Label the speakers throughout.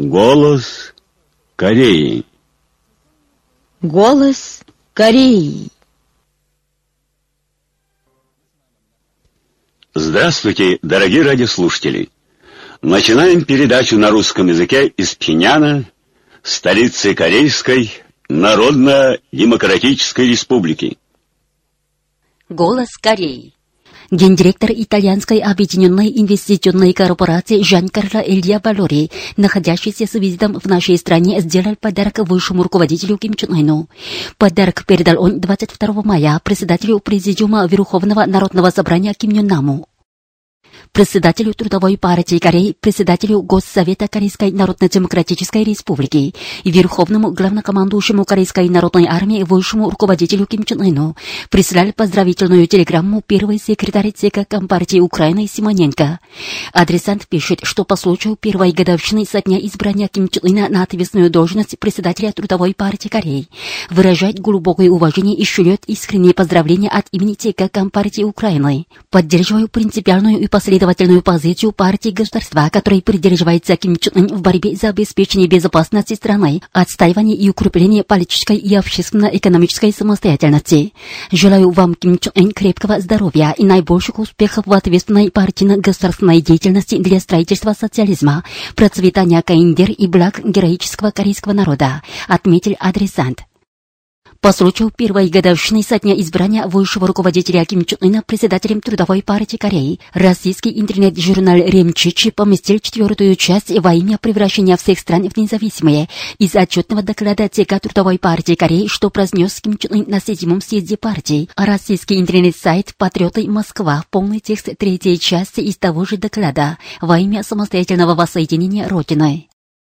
Speaker 1: Голос Кореи.
Speaker 2: Голос Кореи.
Speaker 1: Здравствуйте, дорогие радиослушатели! Начинаем передачу на русском языке из Пхеньяна, столицы Корейской Народно-Демократической Республики.
Speaker 2: Голос Кореи. Гендиректор итальянской объединенной инвестиционной корпорации Жан-Карло Илья Валори, находящийся с визитом в нашей стране, сделал подарок высшему руководителю Ким Чен Ыну. Подарок передал он 22 мая председателю Президиума Верховного Народного Собрания Ким Ён Наму, председателю Трудовой партии Кореи, председателю Госсовета Корейской Народно-Демократической Республики и верховному главнокомандующему Корейской народной армии высшему руководителю Ким Чен Ыну прислал поздравительную телеграмму первый секретарь ЦК Компартии Украины Симоненко. Адресант пишет, что по случаю первой годовщины со дня избрания Ким Чен Ына на ответственную должность председателя Трудовой партии Кореи выражает глубокое уважение и шлет искренние поздравления от имени ЦК Компартии Украины. Поддерживаю принципиальную и последовательную позицию партии государства, которой придерживается Ким Чен Ын в борьбе за обеспечение безопасности страны, отстаивание и укрепление политической и общественно-экономической самостоятельности. Желаю вам, Ким Чен Ын, крепкого здоровья и наибольших успехов в ответственной партийно-государственной деятельности для строительства социализма, процветания КНДР и благ героического корейского народа, отметил адресант. По случаю первой годовщины со дня избрания высшего руководителя Ким Чен Ына председателем Трудовой партии Кореи, российский интернет-журнал Ремчичи поместил 4-ю часть во имя превращения всех стран в независимые из отчетного доклада ЦК Трудовой партии Кореи, что произнес Ким Чен Ын на 7-м съезде партии. А российский интернет-сайт «Патриоты Москва» полный текст 3-й части из того же доклада во имя самостоятельного воссоединения Родины.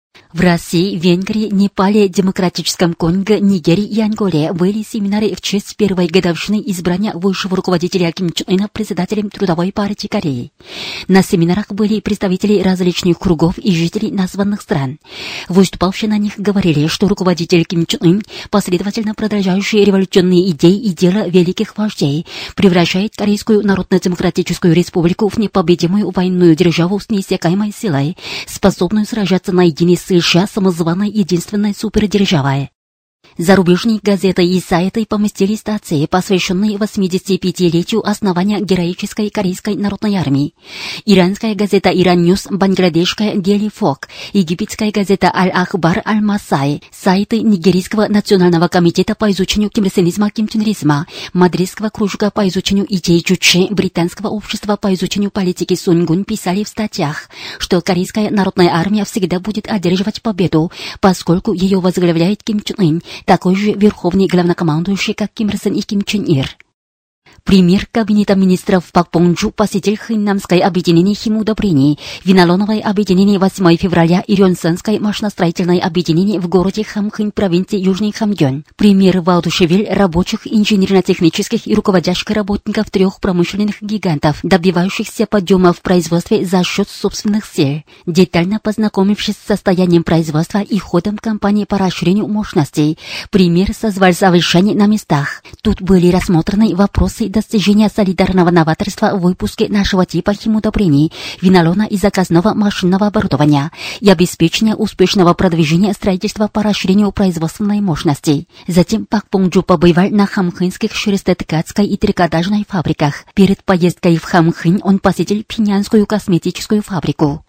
Speaker 2: В России, Венгрии, Непале, Демократическом Конго, Нигерии и Анголе были семинары в честь первой годовщины избрания высшего руководителя Ким Чен Ына председателем Трудовой партии Кореи. На семинарах были представители различных кругов и жители названных стран. Выступавшие на них говорили, что руководитель Ким Чен Ын, последовательно продолжающий революционные идеи и дела великих вождей, превращает Корейскую Народно-Демократическую Республику в непобедимую военную державу с неиссякаемой силой, способную сражаться наедине с США самозваной единственной супердержавой. Зарубежные газеты и сайты поместили статьи, посвященные 85-летию основания героической Корейской народной армии. Иранская газета «Иран Ньюс», бангладешская «Дели Фок», египетская газета «Аль-Ахбар Аль-Масай», сайты Нигерийского национального комитета по изучению кимрсенизма, кимченризма, Мадридского кружка по изучению идей Чучи, британского общества по изучению политики Сунгун писали в статьях, что Корейская народная армия всегда будет одерживать победу, поскольку ее возглавляет Ким Чен Ын, такой же верховный главнокомандующий, как Ким Ир Сен и Ким Чен Ир. Премьер Кабинета министров Пак Бон Чжу посетил Хэннамское объединение химудобрений, Винолоновое объединение 8 февраля и Рёнсанское машиностроительное объединение в городе Хамхын, провинции Южный Хамгён. Премьер воодушевил рабочих, инженерно-технических и руководящих работников 3 промышленных гигантов, добивающихся подъема в производстве за счет собственных сил. Детально познакомившись с состоянием производства и ходом кампании по расширению мощностей, премьер созвал совещание на местах. Тут были рассмотрены вопросы достижения солидарного новаторства в выпуске нашего типа химудобрений, винолона и заказного машинного оборудования и обеспечения успешного продвижения строительства по расширению производственной мощности. Затем Пак Бон Чжу побывал на хамхынских шерстоткацкой и трикотажной фабриках. Перед поездкой в Хамхын он посетил Пхеньянскую косметическую фабрику.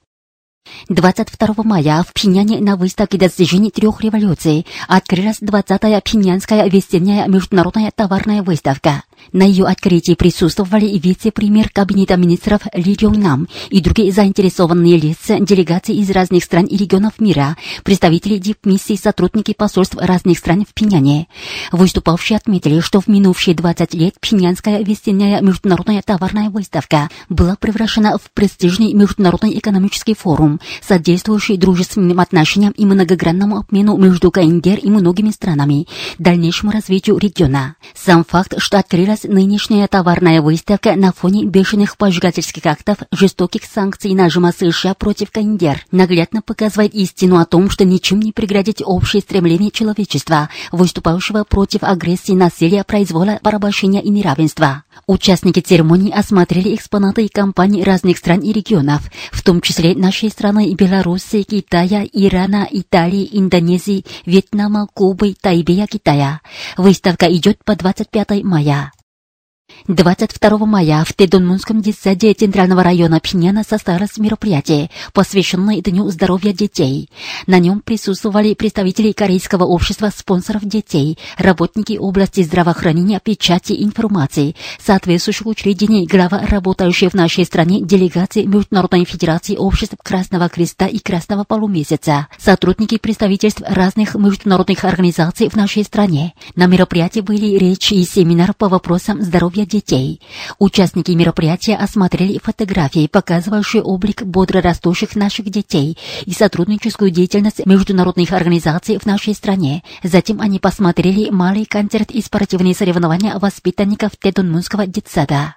Speaker 2: 22 мая в Пхеньяне на выставке достижений 3 революций открылась 20-я Пхеньянская весенняя международная товарная выставка. На ее открытии присутствовали вице-премьер Кабинета министров Ли Йонг Нам и другие заинтересованные лица, делегации из разных стран и регионов мира, представители дипмиссий, сотрудники посольств разных стран в Пхеньяне. Выступавшие отметили, что в минувшие 20 лет Пхеньянская весенняя международная товарная выставка была превращена в престижный международный экономический форум, содействующий дружественным отношениям и многогранному обмену между КНДР и многими странами, дальнейшему развитию региона. Сам факт, что открылась открылась нынешняя товарная выставка на фоне бешеных поджигательских актов, жестоких санкций и нажима США против КНДР, наглядно показывает истину о том, что ничем не преградить общее стремление человечества, выступающего против агрессии, насилия, произвола, порабощения и неравенства. Участники церемонии осмотрели экспонаты и компании разных стран и регионов, в том числе нашей страны Беларуси, Китая, Ирана, Италии, Индонезии, Вьетнама, Кубы, Тайбэя, Китая. Выставка идет по 25 мая. 22 мая в Тэдунмунском детсаде Центрального района Пхеньяна состоялось мероприятие, посвященное Дню здоровья детей. На нем присутствовали представители Корейского общества спонсоров детей, работники области здравоохранения, печати и информации, соответствующих учреждений, глава, работающие в нашей стране делегации Международной федерации обществ Красного Креста и Красного Полумесяца, сотрудники представительств разных международных организаций в нашей стране. На мероприятии были речи и семинар по вопросам здоровья детей. Участники мероприятия осмотрели фотографии, показывающие облик бодро растущих наших детей и сотрудническую деятельность международных организаций в нашей стране. Затем они посмотрели малый концерт и спортивные соревнования воспитанников Тэдунмунского детсада.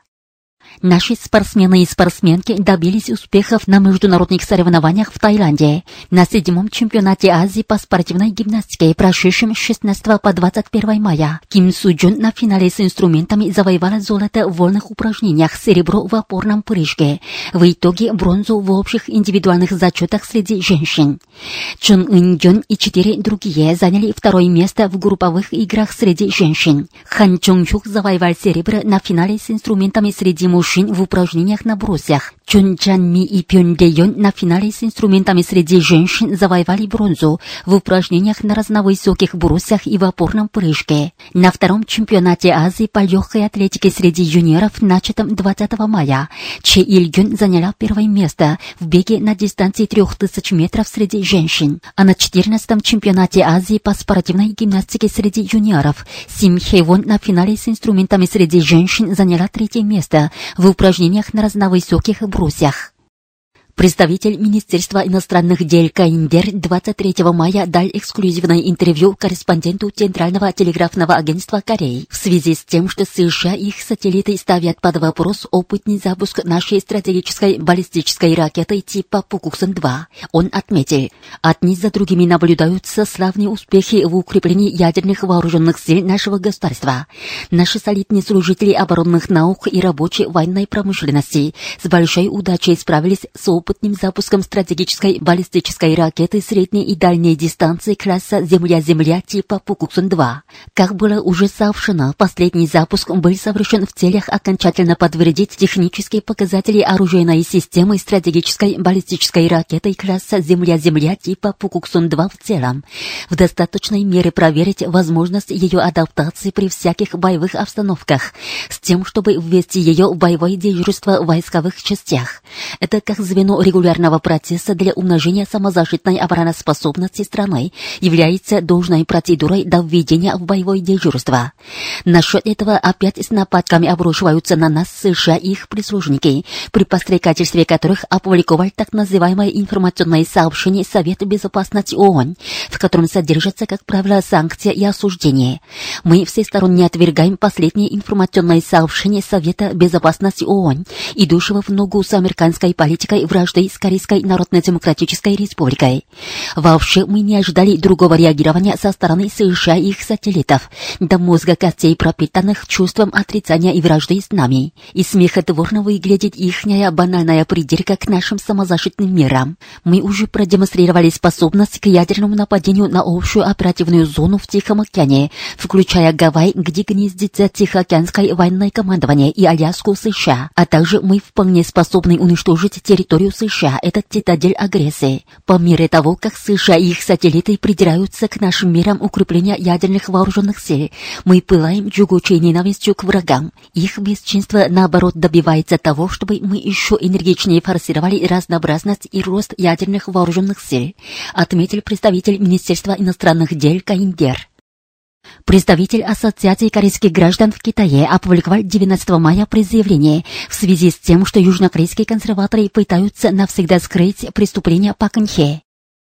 Speaker 2: Наши спортсмены и спортсменки добились успехов на международных соревнованиях в Таиланде. На 7-м чемпионате Азии по спортивной гимнастике, прошедшем с 16 по 21 мая, Ким Суджун на финале с инструментами завоевала золото в вольных упражнениях, серебро в опорном прыжке. В итоге бронзу в общих индивидуальных зачетах среди женщин. Чон Ын-гён и 4 другие заняли 2-е место в групповых играх среди женщин. Хан Чонг-хюк завоевал серебро на финале с инструментами среди мужчин в упражнениях на брусьях. Чон Чан-ми и Пён Дэ-йон на финале с инструментами среди женщин завоевали бронзу в упражнениях на разновысоких брусьях и в опорном прыжке. На 2-м чемпионате Азии по легкой атлетике среди юниоров, начатом 20 мая, Че Иль-гён заняла 1-е место в беге на дистанции 3000 метров среди женщин. А на 14-м чемпионате Азии по спортивной гимнастике среди юниоров Сим Хэ-вон на финале с инструментами среди женщин заняла 3-е место в упражнениях на разновысоких брусьях. Представитель Министерства иностранных дел КНДР 23 мая дал эксклюзивное интервью корреспонденту Центрального телеграфного агентства Кореи в связи с тем, что США и их сателлиты ставят под вопрос опытный запуск нашей стратегической баллистической ракеты типа Пукуксон-2. Он отметил, одни за другими наблюдаются славные успехи в укреплении ядерных вооруженных сил нашего государства. Наши солидные служители оборонных наук и рабочей военной промышленности с большой удачей справились с опытным запуском стратегической баллистической ракеты средней и дальней дистанции класса Земля-Земля типа Пукуксон-2. Как было уже сообщено, последний запуск был совершен в целях окончательно подтвердить технические показатели оружейной системы стратегической баллистической ракеты класса Земля-Земля типа Пукуксон-2 в целом, в достаточной мере проверить возможность ее адаптации при всяких боевых обстановках, с тем, чтобы ввести ее в боевое дежурство в войсковых частях. Это как звено регулярного процесса для умножения самозащитной обороноспособности страны является должной процедурой до введения в боевое дежурство. Насчет этого опять с нападками обрушиваются на нас США и их прислужники, при подстрекательстве которых опубликовал так называемое информационное сообщение Совета Безопасности ООН, в котором содержатся, как правило, санкции и осуждения. Мы всесторонне отвергаем последнее информационное сообщение Совета Безопасности ООН, идущего в ногу с американской политикой вражды с Корейской Народно-Демократической Республикой. Вообще мы не ожидали другого реагирования со стороны США и их сателлитов, до мозга костей пропитанных чувством отрицания и вражды с нами. И смехотворно выглядит ихняя банальная придирка к нашим самозащитным мерам. Мы уже продемонстрировали способность к ядерному нападению на общую оперативную зону в Тихом океане, включая Гавайи, где гнездится Тихоокеанское военное командование, и Аляску США, а также мы вполне способны уничтожить территорию США, этот цитадель агрессии. По мере того, как США и их сателлиты придираются к нашим мерам укрепления ядерных вооруженных сил, мы пылаем жгучей ненавистью к врагам. Их бесчинство, наоборот, добивается того, чтобы мы еще энергичнее форсировали разнообразность и рост ядерных вооруженных сил, отметил представитель Министерства иностранных дел КНДР. Представитель Ассоциации корейских граждан в Китае опубликовал 19 мая пресс-заявление в связи с тем, что южнокорейские консерваторы пытаются навсегда скрыть преступления Пак Кын Хе.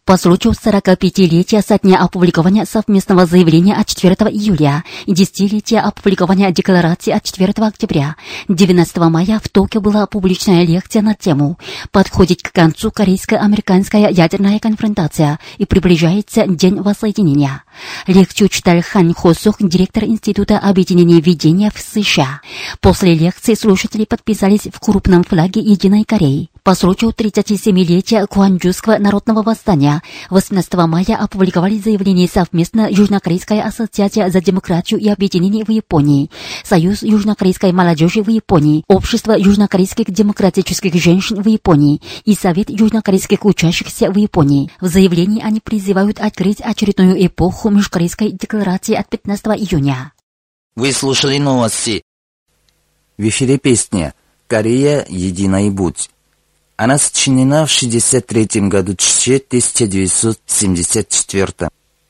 Speaker 2: По случаю 45-летия со дня опубликования совместного заявления от 4 июля и 10-летия опубликования декларации от 4 октября, 19 мая в Токио была публичная лекция на тему «Подходит к концу корейско-американская ядерная конфронтация и приближается День воссоединения». Лекцию читал Хан Хо-сук, директор Института объединения видения в США. После лекции слушатели подписались в крупном флаге Единой Кореи. По случаю 37-летия Гванджуского народного восстания 18 мая опубликовали заявление совместно Южнокорейская ассоциация за демократию и объединение в Японии, Союз южнокорейской молодежи в Японии, Общество южнокорейских демократических женщин в Японии и Совет южнокорейских учащихся в Японии. В заявлении они призывают открыть очередную эпоху Межкорейской декларации от 15 июня.
Speaker 3: Вы слушали новости. В эфире песня «Корея. Единый путь». Она сочинена в 1963 году, 1974.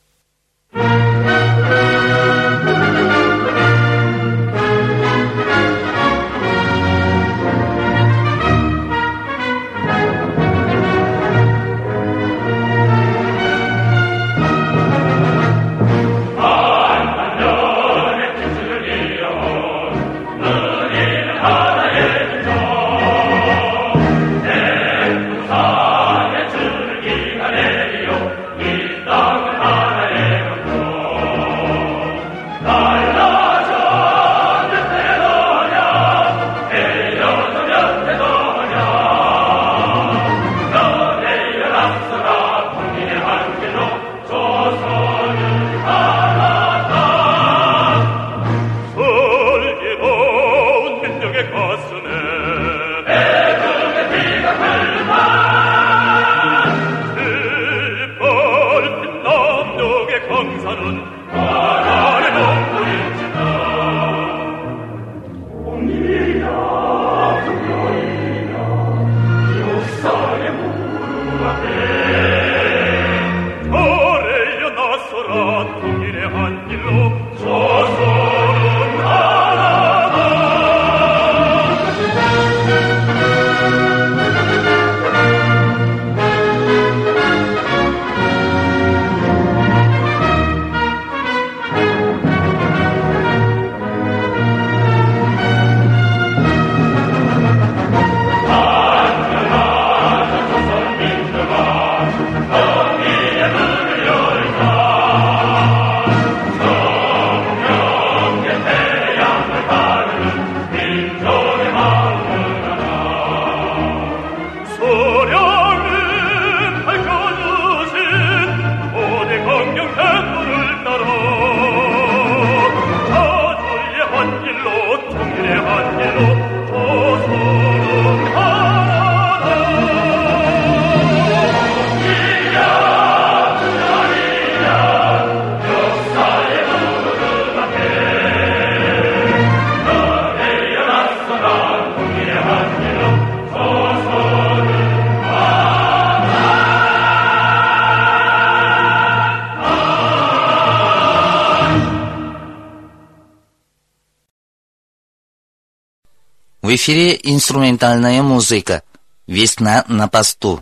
Speaker 3: В эфире инструментальная музыка. Весна на посту.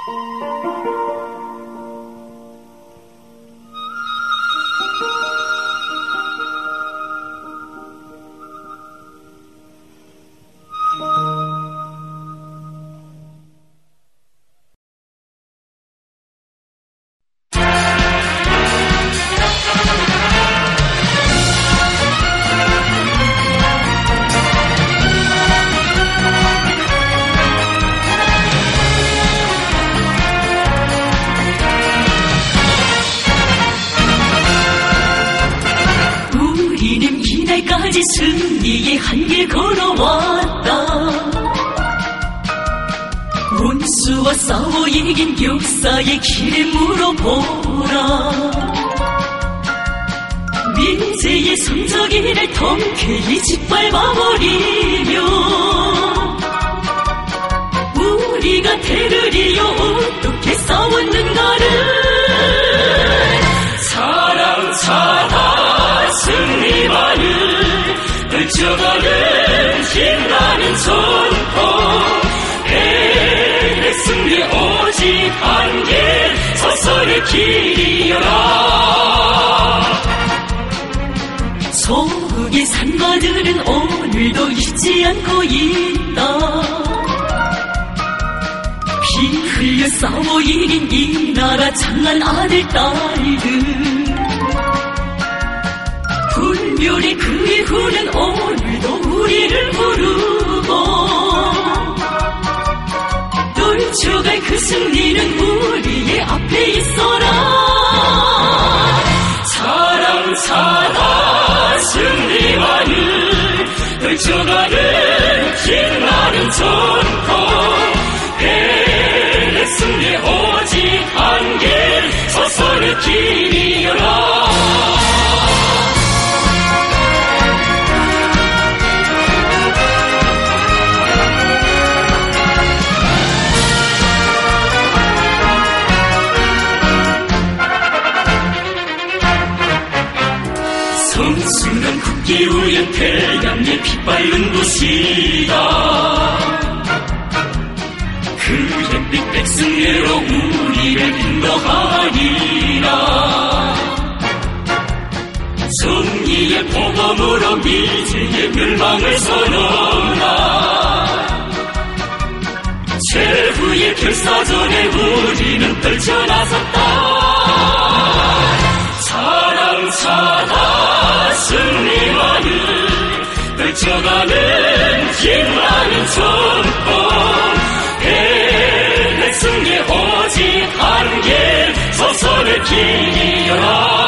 Speaker 4: 이날까지 승리의 한길 걸어왔다. 원수와 싸워 이긴 역사의 길을 물어보라. 민재의 성적이를 통쾌히 짓밟아버리며 우리가 대르리여 어떻게 싸웠는가를 사랑차다 승리만을 들쳐가는 힘나는 전통 해의 승리 오직 한길 서서히 길이여라. 서북의 산마들은 오늘도 잊지 않고 있다. 피 흘려 싸워 이긴 이 나라 장한 아들 딸들 분별히 그 이후는 오늘도 우리를 부르고 떨쳐갈 그 승리는 우리의 앞에 있어라. 사랑차다 승리만을 떨쳐가는 빛나는 전통 해의 승리 오직 한길 서서히 길이여라. 성수는 국기 위에 태양의 빛바른 곳이다. 그 햇빛 백승례로 우리를 인도하리라. 정의의 복음으로 미제의 멸망을 선언하라. 최후의 결사전에 우리는 떨쳐나섰다. 사랑차다 승리만을 떨쳐가는 빛나는 전통 해의 승리 오직 한길 서서히 길이여라.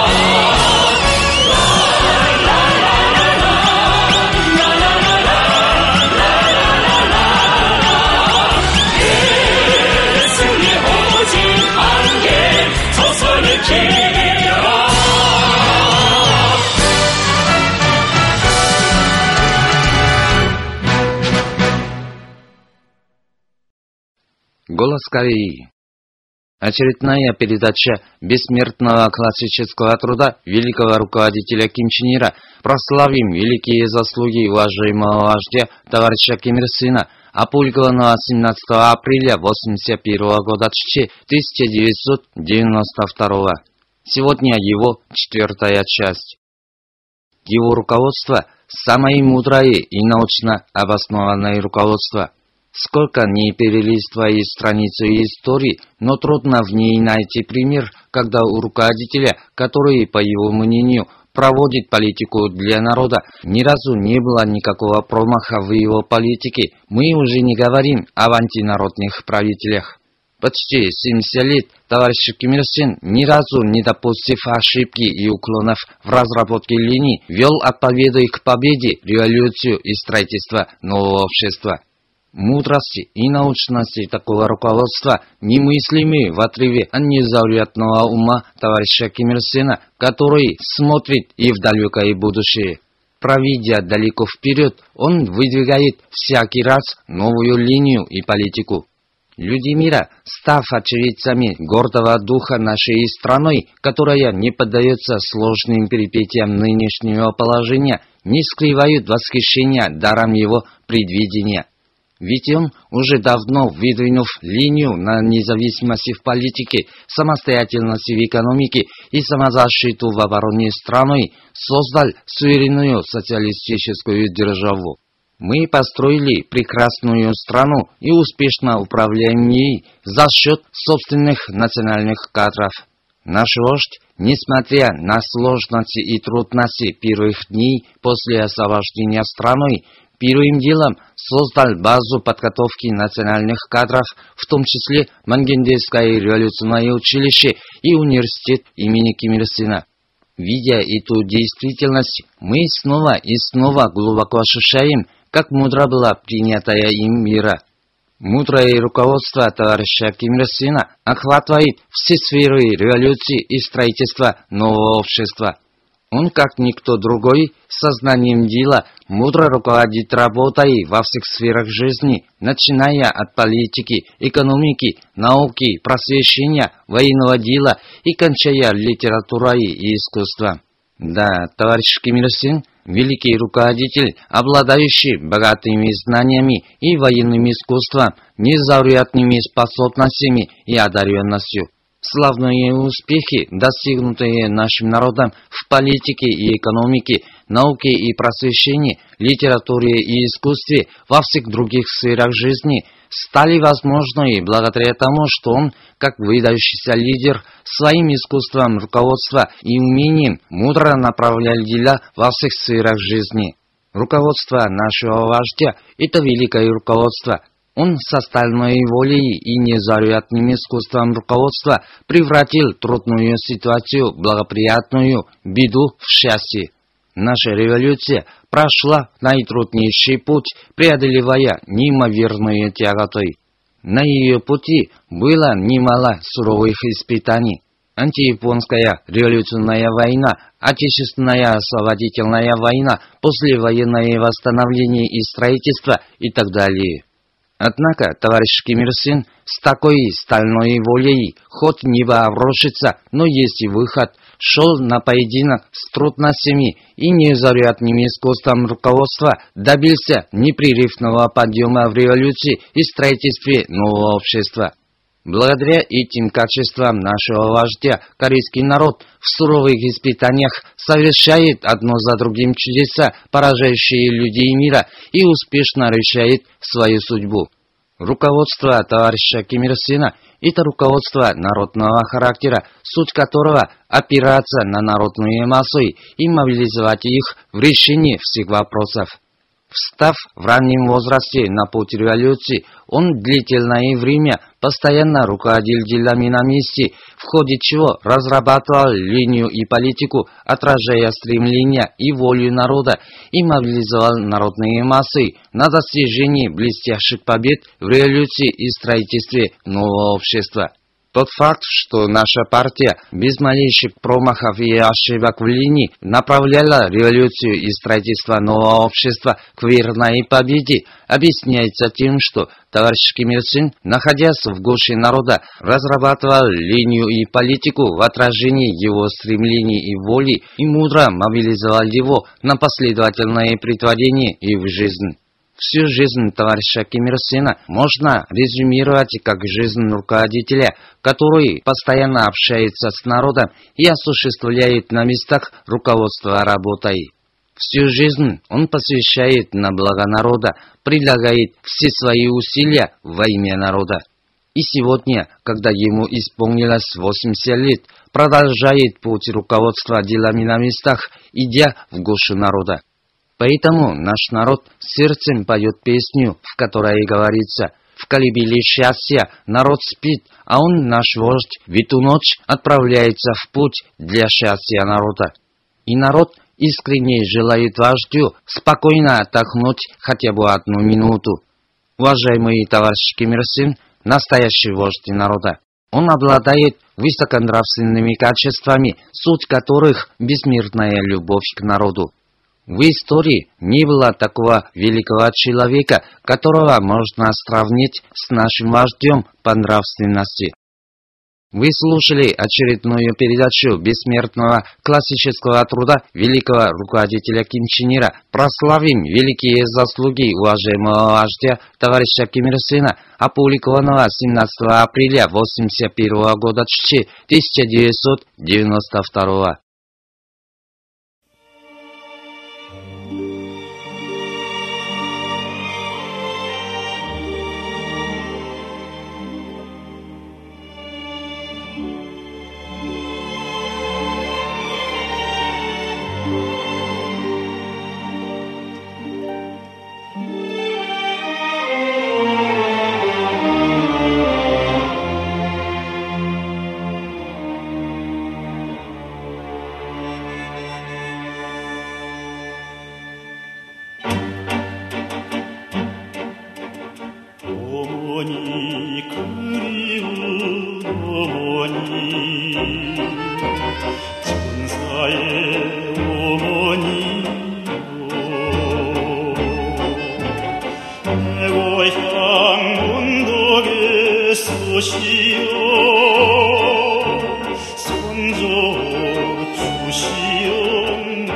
Speaker 4: 해의 승리 오직 한길 서서히 길이여라.
Speaker 3: Голос Кореи. Очередная передача бессмертного классического труда великого руководителя Ким Чен Ира. Прославим великие заслуги уважаемого вождя товарища Ким Ир Сына, опубликованного 17 апреля 1981 года 1992. Сегодня его 4-я часть. Его руководство – самое мудрое и научно обоснованное руководство. Сколько ни перелистывай страницу истории, но трудно в ней найти пример, когда у руководителя, который, по его мнению, проводит политику для народа, ни разу не было никакого промаха в его политике. Мы уже не говорим об антинародных правителях. Почти 70 лет товарищ Ким Ир Сен, ни разу не допустив ошибки и уклонов в разработке линий, вел от победы к победе революцию и строительство нового общества. Мудрости и научности такого руководства немыслимы в отрыве от незаурядного ума товарища Ким Ир Сена, который смотрит и в далекое будущее. Провидя далеко вперед, он выдвигает всякий раз новую линию и политику. Люди мира, став очевидцами гордого духа нашей страны, которая не поддается сложным перипетиям нынешнего положения, не скрывают восхищения даром его предвидения. Ведь он, уже давно выдвинув линию на независимости в политике, самостоятельности в экономике и самозащиту в обороне страной, создал суверенную социалистическую державу. Мы построили прекрасную страну и успешно управляем ей за счет собственных национальных кадров. Наш вождь, несмотря на сложности и трудности первых дней после освобождения страной, первым делом создал базу подготовки национальных кадров, в том числе Мангендейское революционное училище и университет имени Ким Ир Сена. Видя эту действительность, мы снова и снова глубоко ощущаем, как мудро была принятая им мера. Мудрое руководство товарища Ким Ир Сена охватывает все сферы революции и строительства нового общества. Он, как никто другой, сознанием дела мудро руководит работой во всех сферах жизни, начиная от политики, экономики, науки, просвещения, военного дела и кончая литературой и искусством. Да, товарищ Ким Ир Сен – великий руководитель, обладающий богатыми знаниями и военным искусством, незаурядными способностями и одаренностью. Славные успехи, достигнутые нашим народом в политике и экономике, науке и просвещении, литературе и искусстве, во всех других сферах жизни, стали возможны благодаря тому, что он, как выдающийся лидер, своим искусством руководства и умением мудро направлял дела во всех сферах жизни. Руководство нашего вождя – это великое руководство. Он с остальной волей и незаурядным искусством руководства превратил трудную ситуацию в благоприятную, беду в счастье. Наша революция прошла наитруднейший путь, преодолевая неимоверные тяготы. На ее пути было немало суровых испытаний. Антияпонская революционная война, Отечественная освободительная война, послевоенное восстановление и строительство и так далее. Однако товарищ Ким Ир Сен с такой стальной волей, хоть небо обрушится, но есть и выход, шел на поединок с трудностями и незаурядным искусством руководства, добился непрерывного подъема в революции и строительстве нового общества. Благодаря этим качествам нашего вождя корейский народ в суровых испытаниях совершает одно за другим чудеса, поражающие людей мира, и успешно решает свою судьбу. Руководство товарища Ким Ир Сена – это руководство народного характера, суть которого – опираться на народные массы и мобилизовать их в решении всех вопросов. Встав в раннем возрасте на путь революции, он длительное время постоянно руководил делами на месте, в ходе чего разрабатывал линию и политику, отражая стремления и волю народа, и мобилизовал народные массы на достижение блестящих побед в революции и строительстве нового общества. Тот факт, что наша партия без малейших промахов и ошибок в линии направляла революцию и строительство нового общества к верной победе, объясняется тем, что товарищ Ким Ир Сен, находясь в гуще народа, разрабатывал линию и политику в отражении его стремлений и воли и мудро мобилизовал его на последовательное претворение и в жизнь. Всю жизнь товарища Ким Ир Сена можно резюмировать как жизнь руководителя, который постоянно общается с народом и осуществляет на местах руководство работой. Всю жизнь он посвящает на благо народа, предлагает все свои усилия во имя народа. И сегодня, когда ему исполнилось 80 лет, продолжает путь руководства делами на местах, идя в гущу народа. Поэтому наш народ сердцем поет песню, в которой говорится: «В колыбели счастья народ спит, а он, наш вождь, в эту ночь отправляется в путь для счастья народа». И народ искренне желает вождю спокойно отдохнуть хотя бы одну минуту. Уважаемый товарищ Ким Ир Сен – настоящий вождь народа. Он обладает высоконравственными качествами, суть которых – безмерная любовь к народу. В истории не было такого великого человека, которого можно сравнить с нашим вождем по нравственности. Вы слушали очередную передачу бессмертного классического труда великого руководителя Ким Чен Ира. Прославим великие заслуги уважаемого вождя товарища Ким Ир Сена, опубликованного 17 апреля 1981 года 1992.
Speaker 5: 어머니 그리운 어머니 천사의 어머니요 내 고향 문덕에 서시오 손조 주시옵네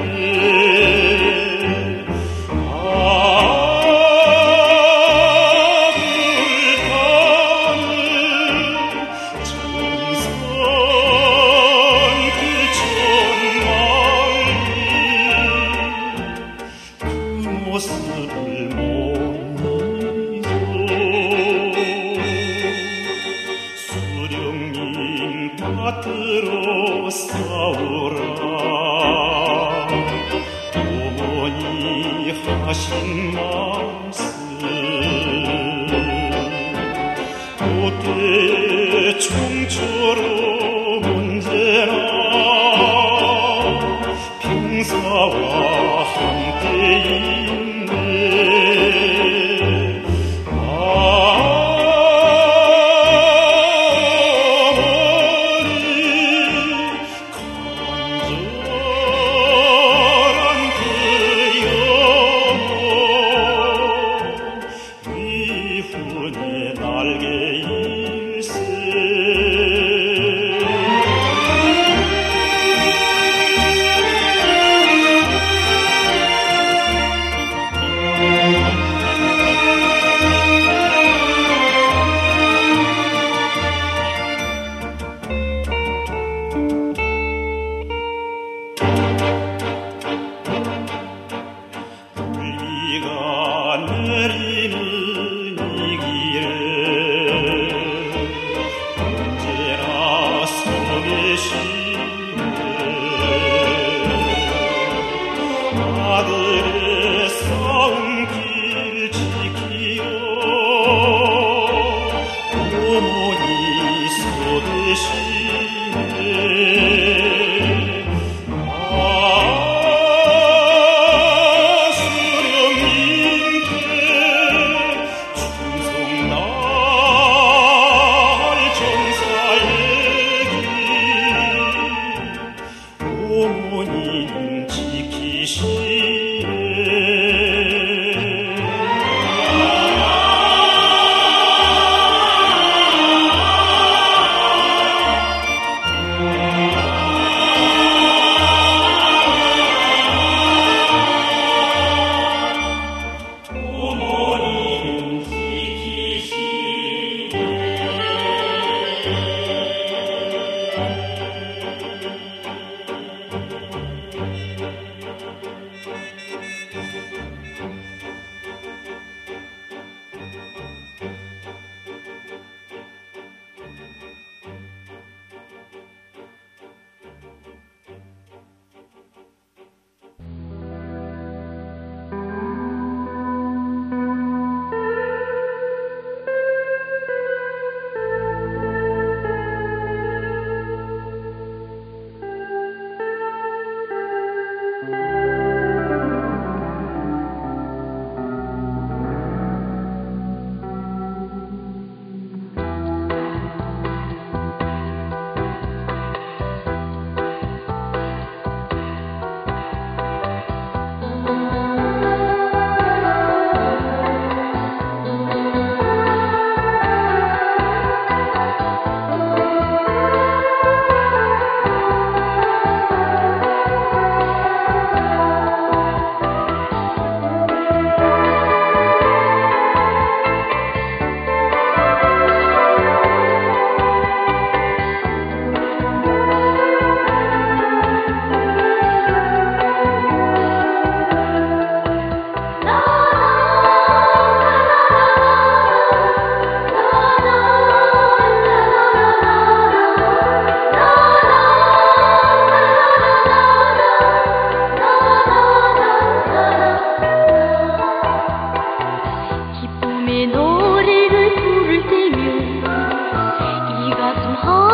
Speaker 5: 모습을 못 잊어 수령님 받들어 싸우라 어머니 하신 말씀 그때의 총처럼 언제나 평사와 함께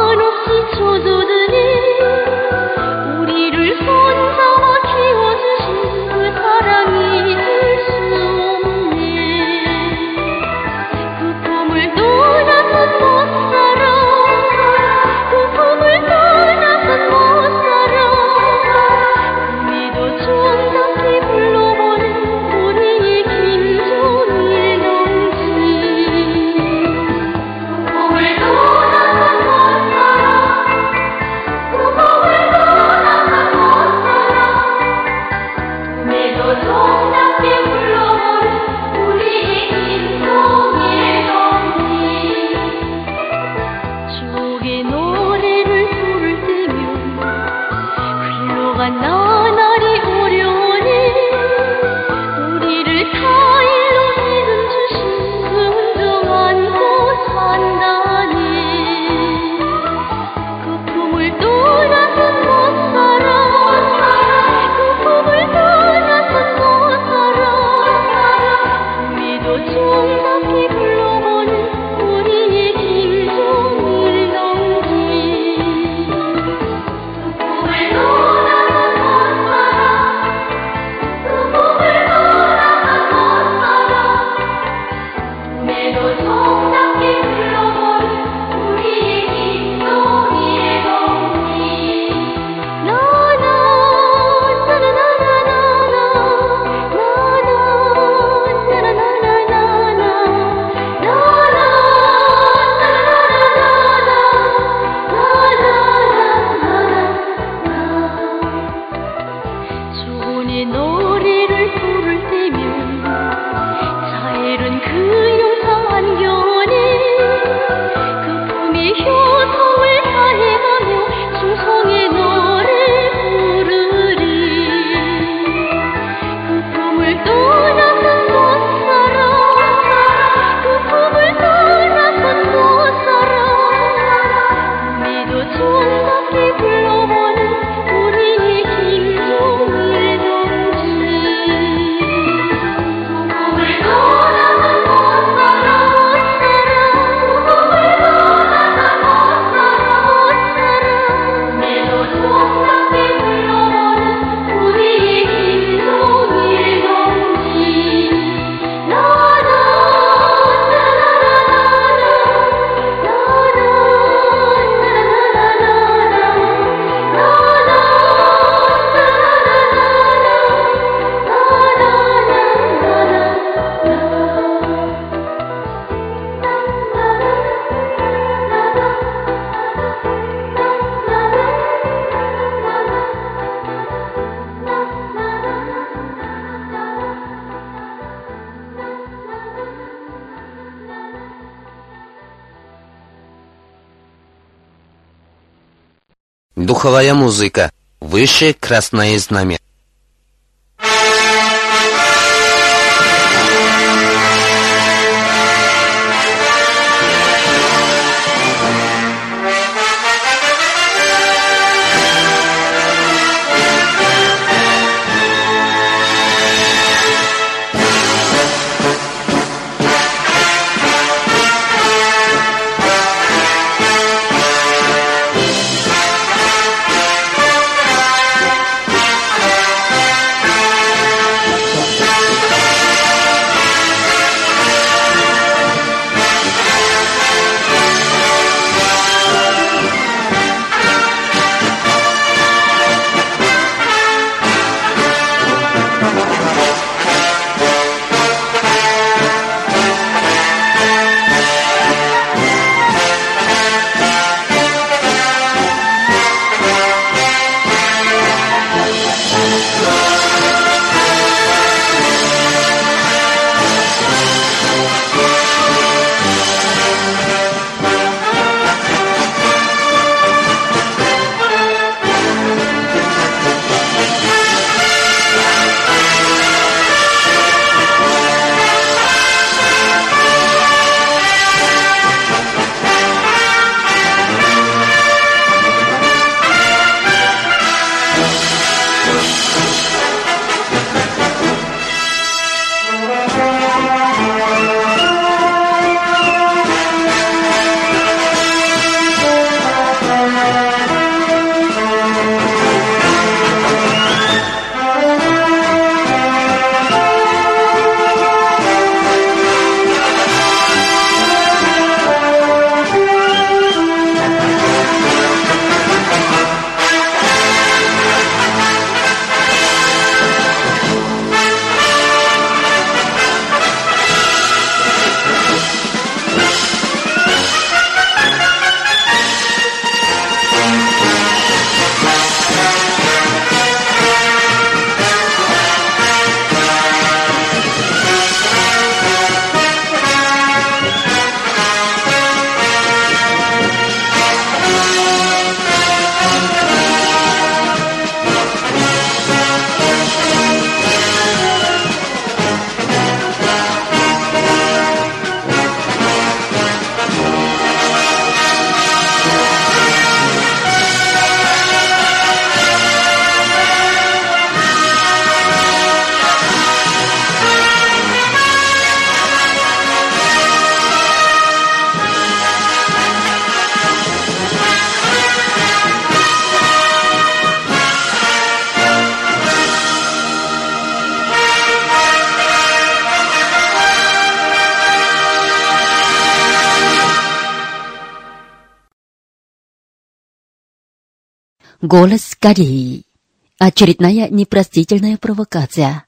Speaker 6: 한없이 쳐주더니 우리를 손잡아 키워주신 그 사랑이 잊을 수 없네. 그 품을 떠나선 못 살아. 그 품을 떠나선 못 살아. 꿈에도 정답게 불러보는 우리의 김종일 동지. 그 품을 떠나선 못 살아. 그 품을 떠나선 못 살아. 꿈에도 정답게 불러보는 우리의 김종일 동지. 추억의 노래를 부를 때면 흘러간 나날이 오려오니 우리를 타일로 믿음 주신 그 은정 안고 산다네. 그 품을 떠나선 못 살아. 그 품을 떠나선 못 살아. 꿈에도 정답게 불러보는 우리의 김종일 동지. 그 품을 떠나선 못 살아. 그 품을 떠나선 못 살아. 꿈에도 정답게 불러보는 우리의 김종일 동지. 나나 나나나나나나 소원의 노래를 부를 때면 사일은 그 용사 안겨내. 그 품의 효성을 다해가며 충성의 노래 부르리. 그 품을 떠나선 못 살아. 그 품을 떠나선 못 살아. 꿈에도 정답게 불러보는 우리의 김종일 동지. 그 품을 떠나선 못 살아. 그 품을 떠나선 못 살아. 꿈에도 정답게 불러보는 우리의 김종일 동지. 나나
Speaker 3: Духовая музыка. Выше красное знамя.
Speaker 2: Голос Кореи. Очередная непростительная провокация.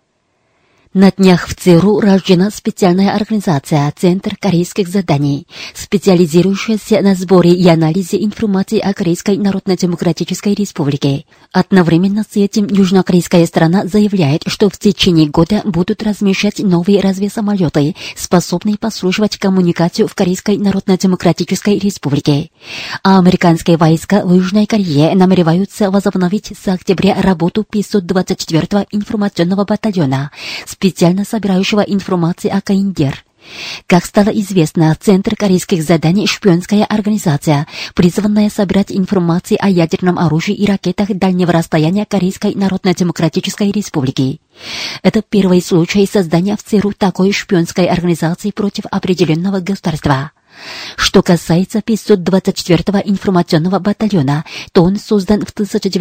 Speaker 2: На днях в ЦРУ рождена специальная организация «Центр корейских заданий», специализирующаяся на сборе и анализе информации о Корейской Народно-Демократической Республике. Одновременно с этим южнокорейская сторона заявляет, что в течение года будут размещать новые разведсамолеты, способные послуживать коммуникацию в Корейской Народно-Демократической Республике. А американские войска в Южной Корее намереваются возобновить с октября работу 524-го информационного батальона, специально собирающего информацию о КНДР. Как стало известно, Центр корейских заданий – шпионская организация, призванная собирать информацию о ядерном оружии и ракетах дальнего расстояния Корейской Народно-Демократической Республики. Это первый случай создания в ЦРУ такой шпионской организации против определенного государства. Что касается 524-го информационного батальона, то он создан в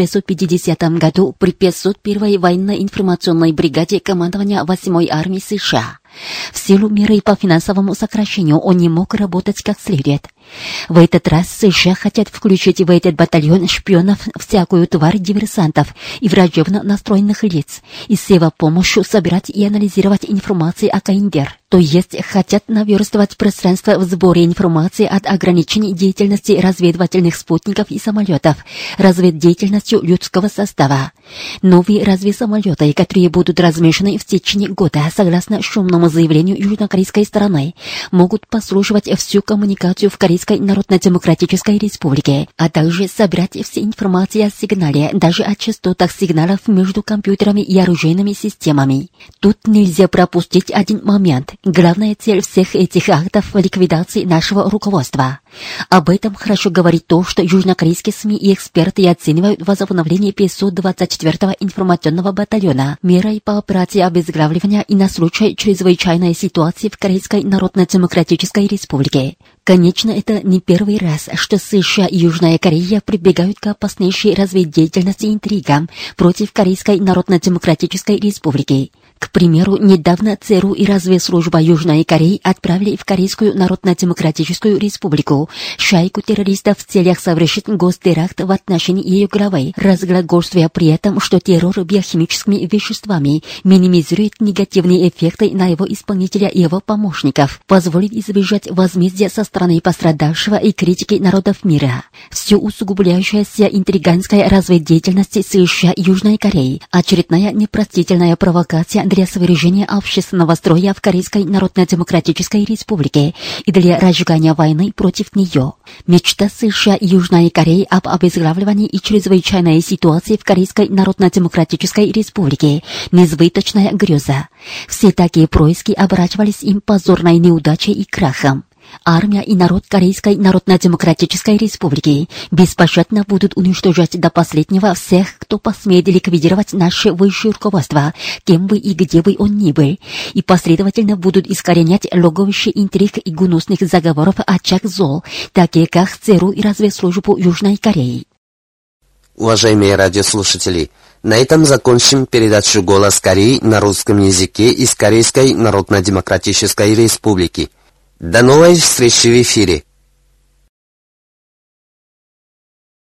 Speaker 2: 1950 году при 501-й военно-информационной бригаде командования 8-й армии США. В силу меры по финансовому сокращению он не мог работать как следует. В этот раз США хотят включить в этот батальон шпионов, всякую тварь диверсантов и враждебно настроенных лиц, и с его помощью собирать и анализировать информацию о КНДР. То есть хотят наверстывать пространство в сборе информации от ограничений деятельности разведывательных спутников и самолетов, разведдеятельностью людского состава. Новые разведсамолеты, которые будут размещены в течение года, согласно шумному заявлению южнокорейской стороны, могут послуживать всю коммуникацию в Корейской Народно-Демократической Республике, а также собирать все информации о сигнале, даже о частотах сигналов между компьютерами и оружейными системами. Тут нельзя пропустить один момент. Главная цель всех этих актов – ликвидации нашего руководства. Об этом хорошо говорит то, что южнокорейские СМИ и эксперты оценивают возобновление 524-го информационного батальона мерой по операции обезглавливания и на случай чрезвычайной ситуации в Корейской Народно-Демократической Республике. Конечно, это не первый раз, что США и Южная Корея прибегают к опаснейшей разведдеятельности и интригам против Корейской Народно-Демократической Республики. К примеру, недавно ЦРУ и разведслужба Южной Кореи отправили в Корейскую Народно-Демократическую Республику шайку террористов в целях совершить гостеракт в отношении ее главы, разглагольствуя при этом, что террор биохимическими веществами минимизирует негативные эффекты на его исполнителя и его помощников, позволит избежать возмездия со стороны пострадавшего и критики народов мира. Всю усугубляющаяся интриганская разведдеятельность США и Южной Кореи, очередная непростительная провокация для свержения общественного строя в Корейской Народно-Демократической Республике и для разжигания войны против нее. Мечта США и Южной Кореи об обезглавливании и чрезвычайной ситуации в Корейской Народно-Демократической Республике – несбыточная греза. Все такие происки оборачивались им позорной неудачей и крахом. Армия и народ Корейской Народно-Демократической Республики беспощадно будут уничтожать до последнего всех, кто посмеет ликвидировать наше высшее руководство, кем бы и где бы он ни был, и последовательно будут искоренять логовище интриг и гнусных заговоров очаг зол, такие как ЦРУ и разведслужбу Южной Кореи.
Speaker 7: Уважаемые радиослушатели, на этом закончим передачу «Голос Кореи» на русском языке из Корейской Народно-Демократической Республики. До новой встречи в эфире.